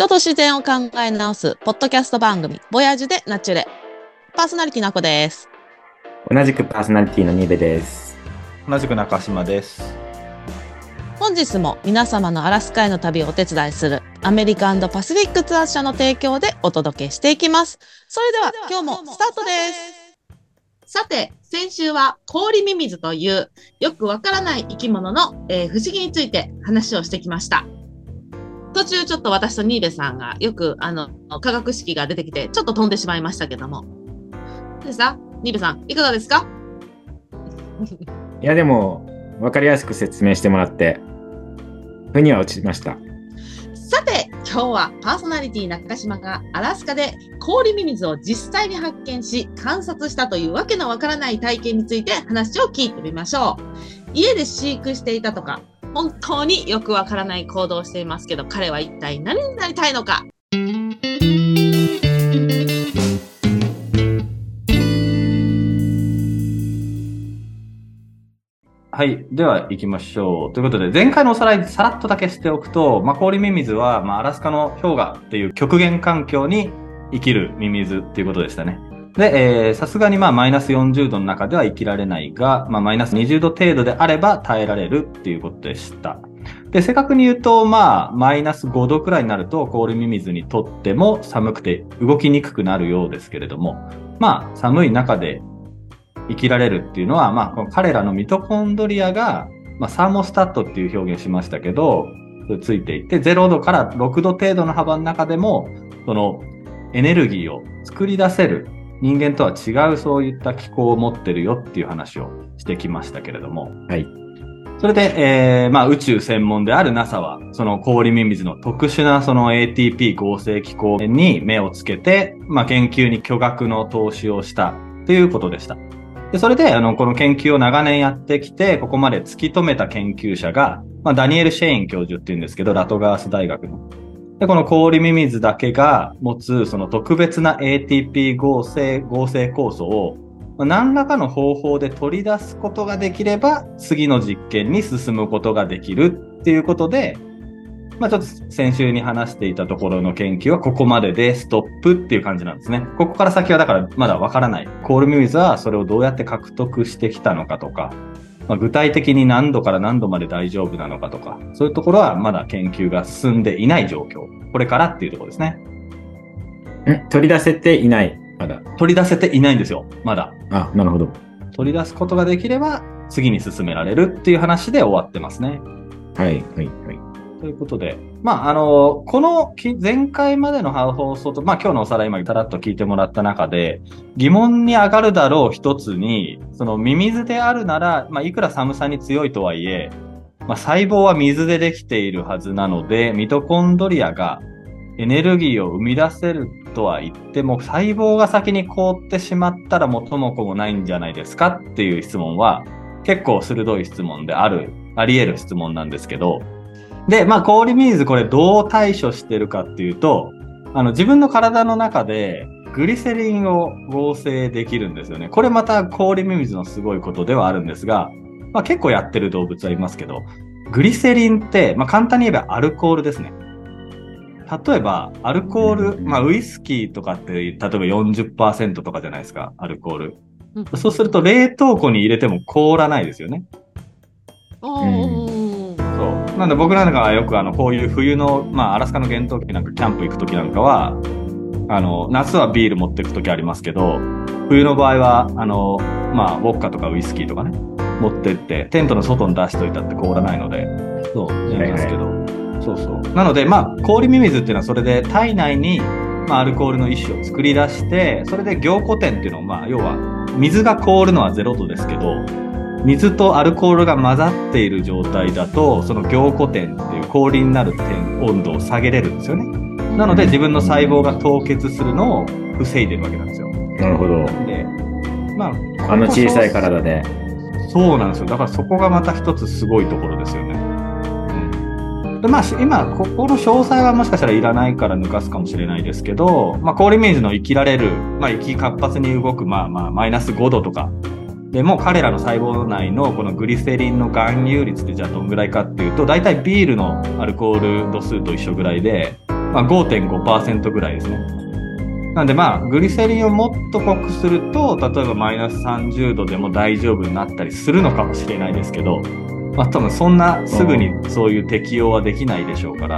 人と自然を考え直すポッドキャスト番組ボヤージュでナチュレ。パーソナリティのあこです。 同じくパーソナリティのニベです。 同じく中島です。 本日も皆様のアラスカへの旅をお手伝いするアメリカンドパシフィックツアー社の提供でお届けしていきます。それでは今日もスタートです。さて、先週は氷ミミズというよくわからない生き物の、不思議について話をしてきました。途中ちょっと私とニーベさんがよく化学式が出てきてちょっと飛んでしまいましたけども。どうですか？ニーベさんいかがですか？ いやでも分かりやすく説明してもらって腑には落ちました。 さて今日はパーソナリティ中島がアラスカで氷ミミズを実際に発見し観察したというわけのわからない体験について話を聞いてみましょう。家で飼育していたとか本当によくわからない行動をしていますけど、彼は一体何になりたいのか。 はい。では行きましょう。ということで、前回のおさらいさらっとだけしておくと、氷ミミズは、アラスカの氷河っていう極限環境に生きるミミズっていうことでしたね。で、さすがにマイナス40度の中では生きられないが、マイナス20度程度であれば耐えられるっていうことでした。で、正確に言うと、マイナス5度くらいになると、氷ミミズにとっても寒くて動きにくくなるようですけれども、寒い中で生きられるっていうのは、この彼らのミトコンドリアが、サーモスタットっていう表現しましたけど、ついていて、0度から6度程度の幅の中でも、そのエネルギーを作り出せる人間とは違うそういった気候を持ってるよっていう話をしてきましたけれども。 はい。 それで、宇宙専門である NASA は、その氷ミミズの特殊なその ATP 合成気候に目をつけて、研究に巨額の投資をしたということでした。で、それで、この研究を長年やってきて、ここまで突き止めた研究者が、ダニエル・シェイン教授っていうんですけど、ラトガース大学の。で、この氷ミミズだけが持つその特別な ATP 合成酵素を何らかの方法で取り出すことができれば次の実験に進むことができるっていうことで、ちょっと先週に話していたところの研究はここまででストップっていう感じなんですね。ここから先はだからまだわからない。氷ミミズはそれをどうやって獲得してきたのかとか、具体的に何度から何度まで大丈夫なのかとか、そういうところはまだ研究が進んでいない状況。これからっていうところですね。 取り出せていない。まだ。 取り出せていないんですよ。まだ。 あ、なるほど。 取り出すことができれば次に進められるっていう話で終わってますね。 はい、はい、はい。 ということで、この前回までの放送と、今日のおさらい今さらっと聞いてもらった中で、疑問に上がるだろう一つに、そのミミズであるなら、いくら寒さに強いとはいえ、細胞は水でできているはずなので、ミトコンドリアがエネルギーを生み出せるとは言っても、細胞が先に凍ってしまったら元も子もないんじゃないですかっていう質問は、結構鋭い質問であり得る質問なんですけど、で、氷ミミズこれどう対処してるかっていうと、自分の体の中でグリセリンを合成できるんですよね。これまた氷ミミズのすごいことではあるんですが、結構やってる動物はいますけど、グリセリンって、簡単に言えばアルコールですね。例えば、アルコール、ウイスキーとかって、例えば 40% とかじゃないですか、アルコール。そうすると冷凍庫に入れても凍らないですよね。そう。なんで僕なんかはよくこういう冬の、アラスカの厳冬期なんかキャンプ行くときなんかは、夏はビール持っていくときありますけど、冬の場合は、ウォッカとかウイスキーとかね、持ってって、テントの外に出しといたって凍らないので、そう、やりますけど、そうそう。なので、氷ミミズっていうのはそれで体内に、アルコールの一種を作り出して、それで凝固点っていうのを、要は、水が凍るのは0度ですけど、水とアルコールが混ざっている状態だと、その凝固点っていう氷になる温度を下げれるんですよね。なので自分の細胞が凍結するのを防いでるわけなんですよ。 なるほど。 で、 小さい体で。 そうなんですよ。だからそこがまた一つすごいところですよね。で今、ここの詳細はもしかしたらいらないから抜かすかもしれないですけど、氷ミミズの生きられる、活発に動く、マイナス5度とか、でも彼らの細胞内のこのグリセリンの含有率ってじゃあどんぐらいかっていうと、だいたいビールのアルコール度数と一緒ぐらいで、 まあ、5.5% ぐらいですね。なんでまあ、グリセリンをもっと濃くすると、例えばマイナス30度でも大丈夫になったりするのかもしれないですけど、まあ多分そんなすぐにそういう適用はできないでしょうから。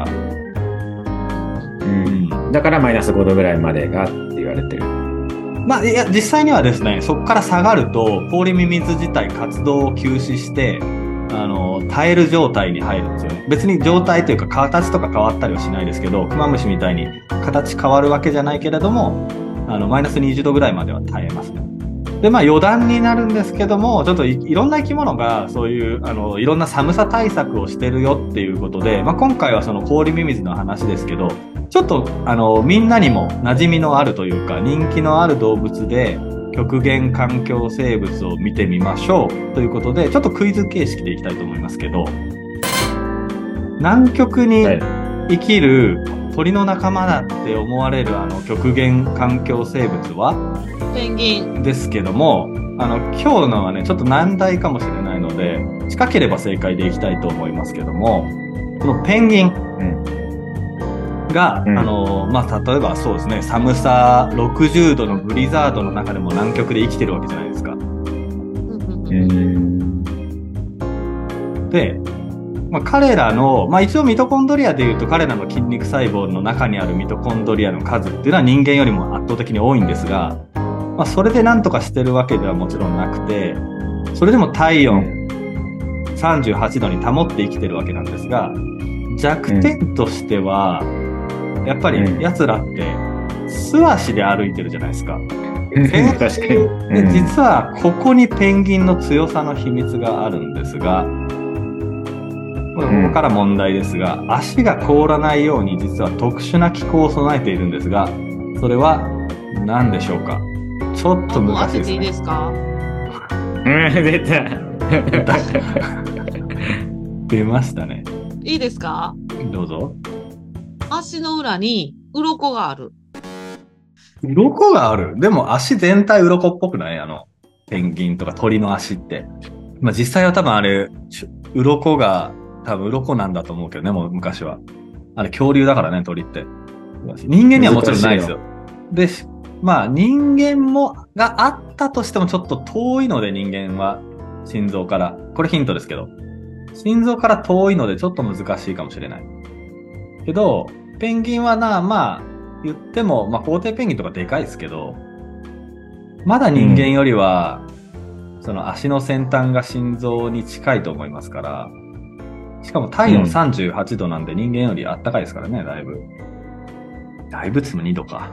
だからマイナス5度ぐらいまでがって言われてる。 まあ、いや、実際にはですね、そこから下がると、氷ミミズ自体活動を休止して、耐える状態に入るんですよね。別に状態というか形とか変わったりはしないですけど、クマムシみたいに形変わるわけじゃないけれども、マイナス20度ぐらいまでは耐えますね。で、まあ余談になるんですけども、ちょっといろんな生き物がそういう、いろんな寒さ対策をしてるよっていうことで、まあ今回はその氷ミミズの話ですけど、ちょっと、みんなにも馴染みのあるというか、人気のある動物で、極限環境生物を見てみましょうということで、ちょっとクイズ形式でいきたいと思いますけど、南極に生きる鳥の仲間だって思われる極限環境生物はペンギンですけども、今日のはね、ちょっと難題かもしれないので、近ければ正解でいきたいと思いますけども、このペンギン、が、まあ、例えばそうですね、寒さ60度のブリザードの中でも南極で生きてるわけじゃないですか。で、まあ、彼らの、まあ一応ミトコンドリアでいうと彼らの筋肉細胞の中にあるミトコンドリアの数っていうのは人間よりも圧倒的に多いんですが、まあそれで何とかしてるわけではもちろんなくて、それでも体温38度に保って生きてるわけなんですが、弱点としては、やっぱり奴らって素足で歩いてるじゃないですか。 確かに。 実はここにペンギンの強さの秘密があるんですが、ここから問題ですが、足が凍らないように実は特殊な機構を備えているんですが、それは何でしょうか。ちょっと難しいですね。 当てていいですか？ 出た。 出ましたね。 いいですか？ どうぞ。 足の裏に鱗がある。 鱗がある？でも足全体鱗っぽくない？ペンギンとか鳥の足って。まあ実際は多分あれ、鱗が、多分鱗なんだと思うけどね、もう昔は。あれ恐竜だからね、鳥って。人間にはもちろんないですよ。で、まあ人間があったとしてもちょっと遠いので人間は、心臓から。これヒントですけど。心臓から遠いのでちょっと難しいかもしれない。けど、ペンギンはまあ、言っても、まあ、皇帝ペンギンとかでかいですけど、まだ人間よりは、その足の先端が心臓に近いと思いますから、しかも体温38度なんで人間よりあったかいですからね、だいぶ。だいぶつも2度か。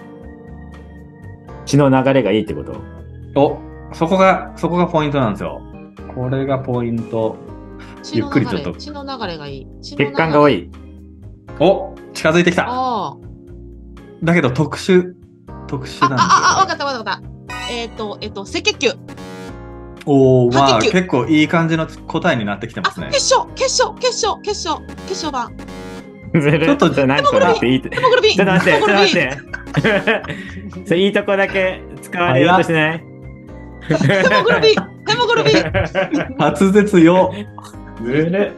血の流れがいいってこと？ そこがポイントなんですよ。これがポイント。ゆっくりちょっと。 血の流れがいい。 血管が多い。 近づいてきた。だけど特殊なんですよ。 わかった。赤血球。 まあ結構いい感じの答えになってきてますね。 結晶版。 ちょっとじゃないとなっていい。ちょっと待って。それいいとこだけ使われようとしない？ ヘモグロビン。 滑舌よ。 ずる。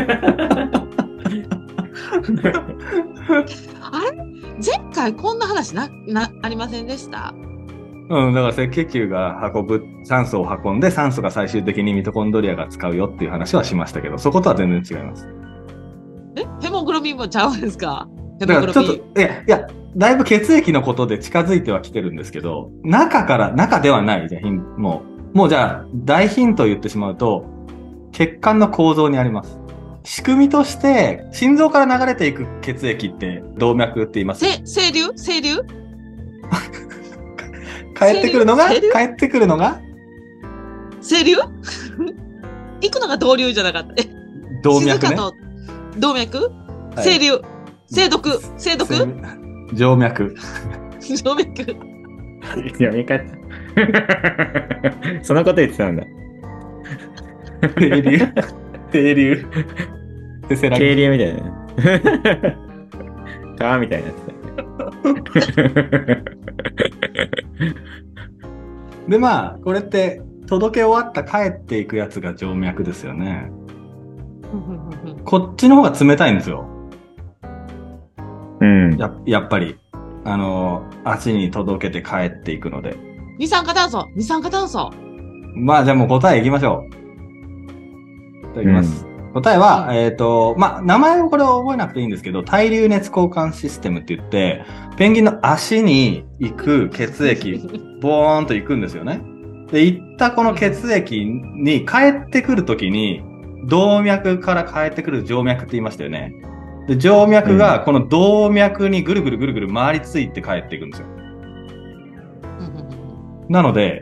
あれ前回こんな話ありませんでした？ だから赤血球が酸素を運んで、酸素が最終的にミトコンドリアが使うよっていう話はしましたけど、そことは全然違います。 ヘモグロビンもちゃうんですか？ だからちょっと、いや、だいぶ血液のことで近づいてはきてるんですけど、中ではない。じゃもうじゃあ、大ヒントを言ってしまうと、血管の構造にあります。仕組みとして、心臓から流れていく血液って動脈って言います。 清流帰ってくるのが清流行くのが動流じゃなかった。 動脈ね。 動脈、清流、清毒静脈。 読み方。そのこと言ってたんだ。 清流。 渓流みたいな。川みたいになってた。 で、まあ、これって、届け終わった帰っていくやつが静脈ですよね。こっちの方が冷たいんですよ。 うん。 やっぱり、足に届けて帰っていくので。 二酸化炭素。 まあ、じゃあもう答えいきましょう。いただきます。答えは、まあ、名前をこれを覚えなくていいんですけど、対流熱交換システムって言って、ペンギンの足に行く血液、ボーンと行くんですよね。で、行ったこの血液に帰ってくるときに、動脈から帰ってくる静脈って言いましたよね。で、静脈がこの動脈にぐるぐる回りついて帰っていくんですよ。なので、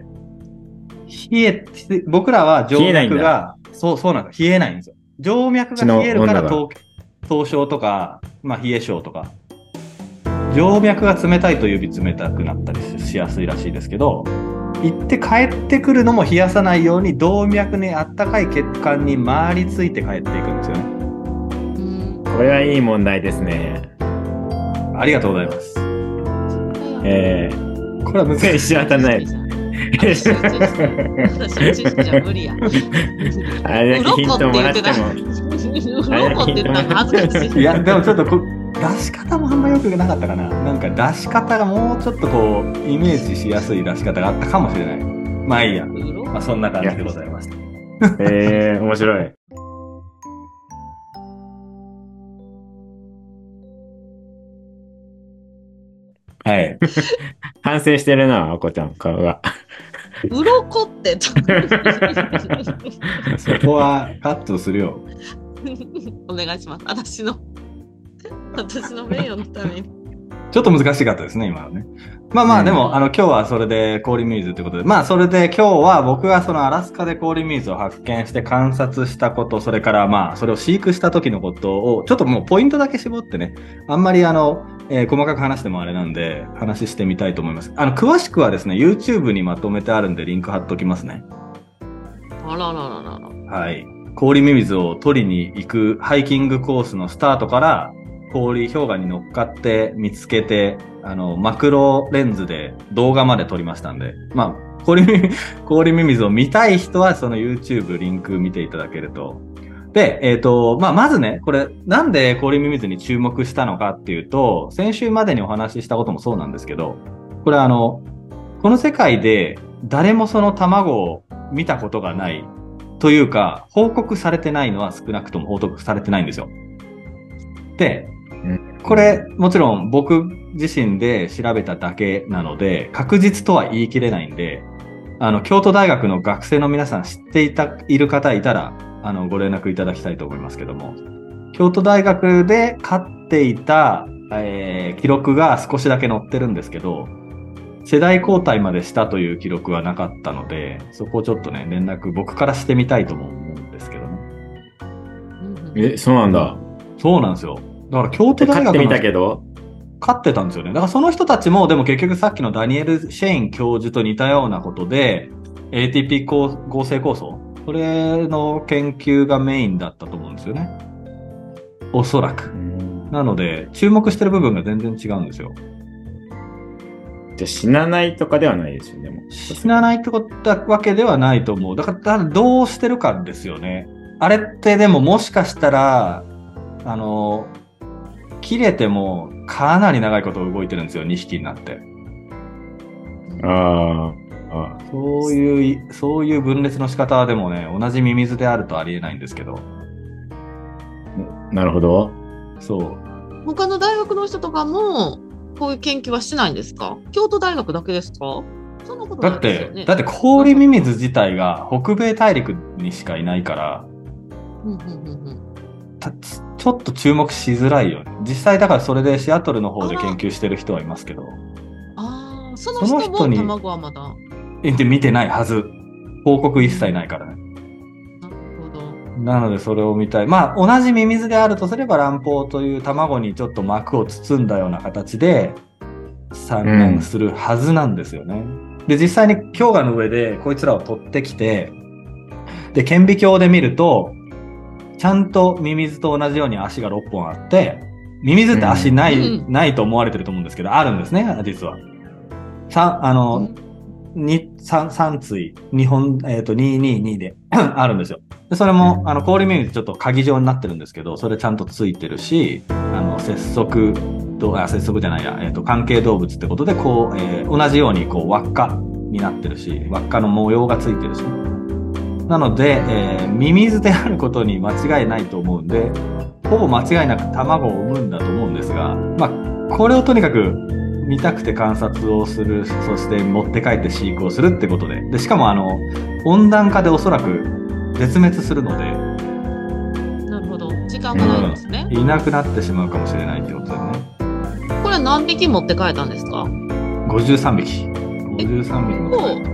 僕らは静脈が、そうなんです。冷えないんですよ。静脈が冷えるから凍傷とか、まあ冷え症とか。静脈が冷たいと指冷たくなったりしやすいらしいですけど、行って帰ってくるのも冷やさないように動脈にあったかい血管に回りついて帰っていくんですよね。 これはいい問題ですね。 ありがとうございます。これは難しい。 一瞬当たんない。 集中してじゃ無理や。 あれだけヒントもらっても。 鱗って言ったら恥ずかしい。 いや、でもちょっと出し方もあんま良くなかったかな。なんか出し方がもうちょっとこう、イメージしやすい出し方があったかもしれない。まあいいや。まあそんな感じでございました。 面白い。 はい。 反省してるな、あこちゃん、顔が。 鱗ってそこはカットするよ。 お願いします。私の名誉のために。 ちょっと難しかったですね、今はね。まあでも、今日はそれで氷水ということで、まあそれで今日は僕がそのアラスカで氷水を発見して観察したこと、それからまあそれを飼育した時のことを、ちょっともうポイントだけ絞ってね、あんまり細かく話してもあれなんで、話してみたいと思います。詳しくはですね、YouTube にまとめてあるんでリンク貼っときますね。 あら。 はい。氷ミミズを取りに行くハイキングコースのスタートから、氷氷河に乗っかって見つけて、マクロレンズで動画まで撮りましたんで、まあ、氷ミミズを見たい人はその YouTube リンク見ていただけると。で、まあ、まずね、これ、なんで氷ミミズに注目したのかっていうと、先週までにお話ししたこともそうなんですけど、これこの世界で誰もその卵を見たことがないというか、報告されてないのは少なくとも報告されてないんですよ。で、これ、もちろん僕自身で調べただけなので、確実とは言い切れないんで、京都大学の学生の皆さん知っている方いたら、ご連絡いただきたいと思いますけども、京都大学で飼っていた、記録が少しだけ載ってるんですけど、世代交代までしたという記録はなかったので、そこをちょっとね、連絡僕からしてみたいとも思うんですけどね。 そうなんだ。 そうなんですよ。だから京都大学の飼ってみたけど飼ってたんですよね。だからその人たちも、でも結局さっきのダニエル・シェイン教授と似たようなことで、ATP 合成酵素それの研究がメインだったと思うんですよね。おそらく。なので、注目してる部分が全然違うんですよ。 じゃあ死なないとかではないですよね。 死なないってことわけではないと思う。だからどうしてるかですよね。あれってでももしかしたら、切れてもかなり長いこと動いてるんですよ、2匹になって。そういう分裂の仕方はでもね、同じミミズであるとありえないんですけど。 なるほど。 そう。 他の大学の人とかも、こういう研究はしてないんですか？京都大学だけですか？そんなことないですよね。 だって氷ミミズ自体が北米大陸にしかいないから、ちょっと注目しづらいよね。実際だからそれでシアトルの方で研究してる人はいますけど。 その人も卵はまだ見てないはず。報告一切ないからね。 なるほど。 なのでそれを見たい。まあ同じミミズであるとすれば卵胞という卵にちょっと膜を包んだような形で産卵するはずなんですよね。で、実際に氷河の上でこいつらを取ってきて、で、顕微鏡で見ると、ちゃんとミミズと同じように足が6本あって、ミミズって足ない、ないと思われてると思うんですけど、あるんですね、実は。3対、2本、222であるんですよ。で、それも、氷ミミズちょっと鍵状になってるんですけど、それちゃんとついてるし、節足接続じゃないや、関係動物ってことで、こう、同じようにこう輪っかになってるし、輪っかの模様がついてるし、なので、ミミズであることに間違いないと思うんで、ほぼ間違いなく卵を産むんだと思うんですが、まあ、これをとにかく見たくて観察をする、そして持って帰って飼育をするってことで、で、しかも温暖化でおそらく絶滅するので、 なるほど。時間がないですね。 いなくなってしまうかもしれないってことでね。 これは何匹持って帰ったんですか ？53匹。53匹持って帰った。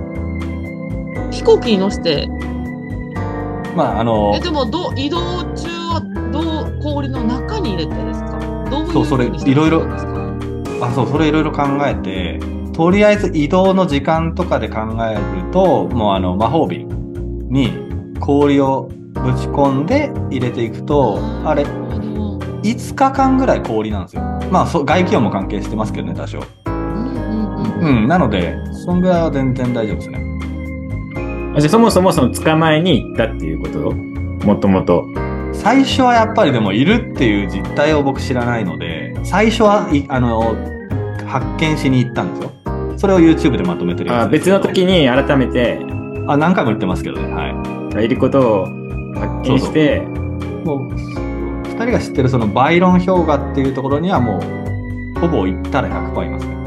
飛行機に乗せて。 まあ、 でも移動中は氷の中に入れてですか？どういうそう、それいろいろ、そう、それいろいろ考えて、とりあえず移動の時間とかで考えると、もう魔法瓶に氷をぶち込んで入れていくと、あれ、5日間ぐらい氷なんですよ。まあ、外気温も関係してますけどね、多少。なので、そんぐらいは全然大丈夫ですね。 じゃあそもそもその捕まえに行ったっていうこともともと。 最初はやっぱりでもいるっていう実態を僕知らないので、最初は発見しに行ったんですよ。それを YouTube でまとめてるやつですけど。 別の時に改めて。 何回も言ってますけどね。はい。 いることを発見して、 もう、二人が知ってるそのバイロン氷河っていうところにはもう、ほぼ行ったら 100% いますね。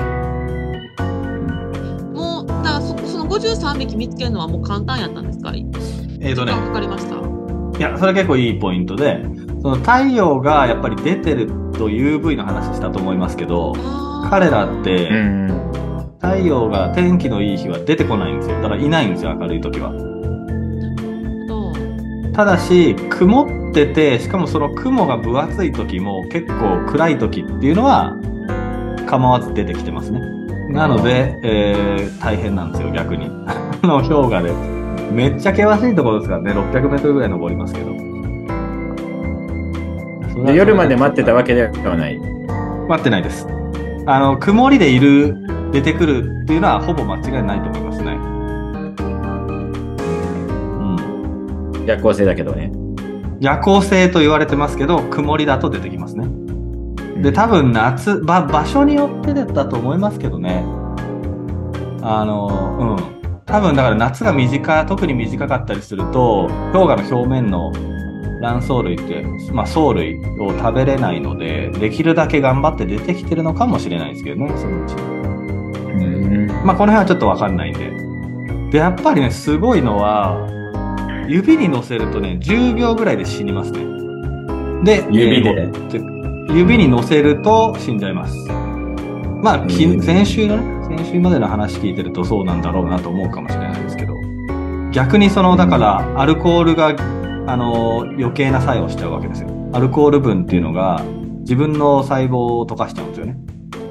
もう、だからその53匹見つけるのはもう簡単やったんですか？時間かかりました？ いや、それ結構いいポイントで、その太陽がやっぱり出てると UV の話したと思いますけど、彼らって、太陽が天気のいい日は出てこないんですよ。だからいないんですよ、明るい時は。ただし、曇ってて、しかもその雲が分厚い時も結構暗い時っていうのは構わず出てきてますね。なので、大変なんですよ、逆に。氷河で。めっちゃ険しいところですからね、600メートルぐらい登りますけど。 夜まで待ってたわけではない。 待ってないです。曇りで出てくるっていうのはほぼ間違いないと思いますね。 夜行性だけどね。 夜行性と言われてますけど、曇りだと出てきますね。で、多分場所によってだったと思いますけどね。多分だから夏が特に短かったりすると、氷河の表面の卵巣類って、まあ藻類を食べれないので、できるだけ頑張って出てきてるのかもしれないですけどね、そのうち。まあこの辺はちょっとわかんないんで。で、やっぱりね、すごいのは、指に乗せるとね、10秒ぐらいで死にますね。で、指に乗せると死んじゃいます。まあ、先週までの話聞いてるとそうなんだろうなと思うかもしれないですけど、逆にだから、アルコールが、余計な作用しちゃうわけですよ。アルコール分っていうのが、自分の細胞を溶かしちゃうんですよね。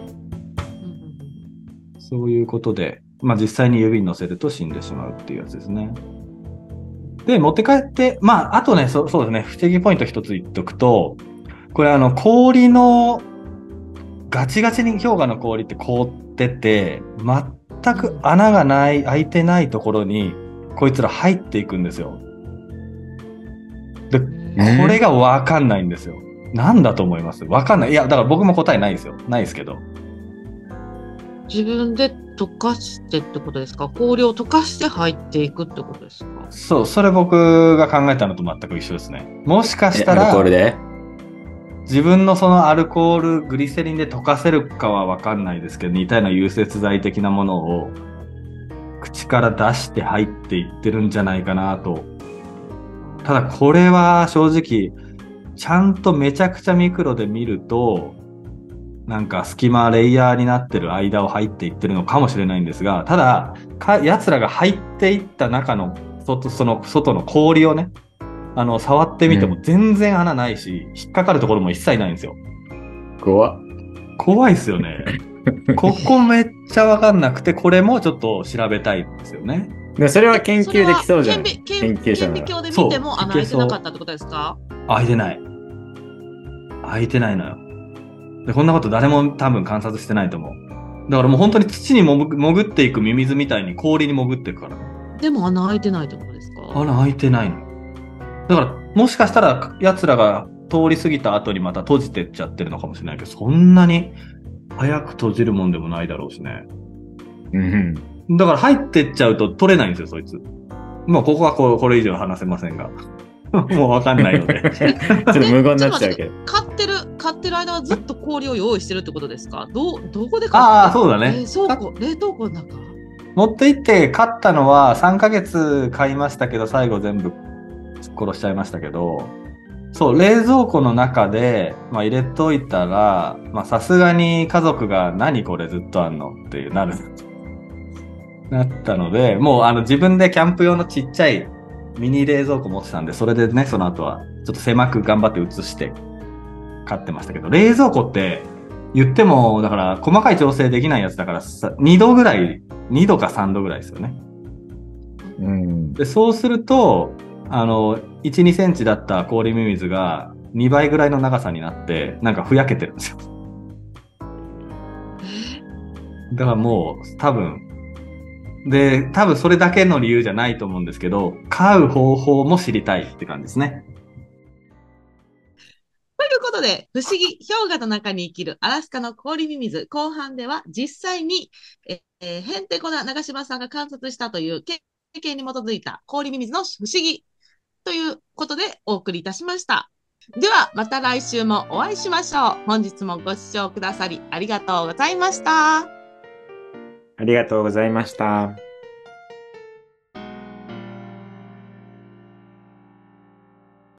そういうことで、まあ実際に指に乗せると死んでしまうっていうやつですね。で、持って帰って、まあ、あとね、そうですね、不思議ポイント一つ言っとくと、これ氷の、ガチガチに氷河の氷って凍ってて、全く穴が開いてないところに、こいつら入っていくんですよ。で、これがわかんないんですよ。なんだと思います？わかんない。いや、だから僕も答えないですよ。ないですけど。 自分で溶かしてってことですか？氷を溶かして入っていくってことですか？ そう、それ僕が考えたのと全く一緒ですね。もしかしたら、 アルコールで自分のそのアルコール、グリセリンで溶かせるかはわかんないですけど、似たような融雪剤的なものを口から出して入っていってるんじゃないかなと。ただこれは正直、ちゃんとめちゃくちゃミクロで見ると、なんか隙間レイヤーになってる間を入っていってるのかもしれないんですが、ただ、奴らが入っていった中のその外の氷をね、触ってみても全然穴ないし、引っかかるところも一切ないんですよ。怖いっすよね。ここめっちゃわかんなくて、これもちょっと調べたいんですよね。 でそれは研究できそうじゃん。 顕微鏡で見ても穴開いてなかったってことですか？ 開いてない。開いてないのよ。で、こんなこと誰も多分観察してないと思う。だからもう本当に土に潜っていくミミズみたいに氷に潜っていくからね。 でも穴開いてないってことですか？ 穴開いてないの。だから、もしかしたら奴らが通り過ぎた後にまた閉じてっちゃってるのかもしれないけど、そんなに早く閉じるもんでもないだろうしね。 うん。 だから入ってっちゃうと取れないんですよ、そいつ。もうここはこれ以上話せませんが。もうわかんないので。 ちょっと無言になっちゃうけど。 買ってる間はずっと氷を用意してるってことですか？どこで買ってる？ ああ、そうだね。 冷凍庫の中？ 持って行って買ったのは3ヶ月買いましたけど、最後全部殺しちゃいましたけど、そう、冷蔵庫の中で、まあ入れといたら、まあさすがに家族が何これずっとあんのっていうなったので、もう自分でキャンプ用のちっちゃいミニ冷蔵庫持ってたんで、それでね、その後はちょっと狭く頑張って移して買ってましたけど、冷蔵庫って言っても、だから細かい調整できないやつだから2度ぐらい、2度か3度ぐらいですよね。 うん。 で、そうすると、1、2センチだった氷ミミズが2倍ぐらいの長さになって、なんかふやけてるんですよ。だからもう多分それだけの理由じゃないと思うんですけど、飼う方法も知りたいって感じですね。 ということで、不思議氷河の中に生きるアラスカの氷ミミズ後半では実際に、へんてこな長嶋さんが観察したという経験に基づいた氷ミミズの不思議ということでお送りいたしました。ではまた来週もお会いしましょう。本日もご視聴くださりありがとうございました。 ありがとうございました。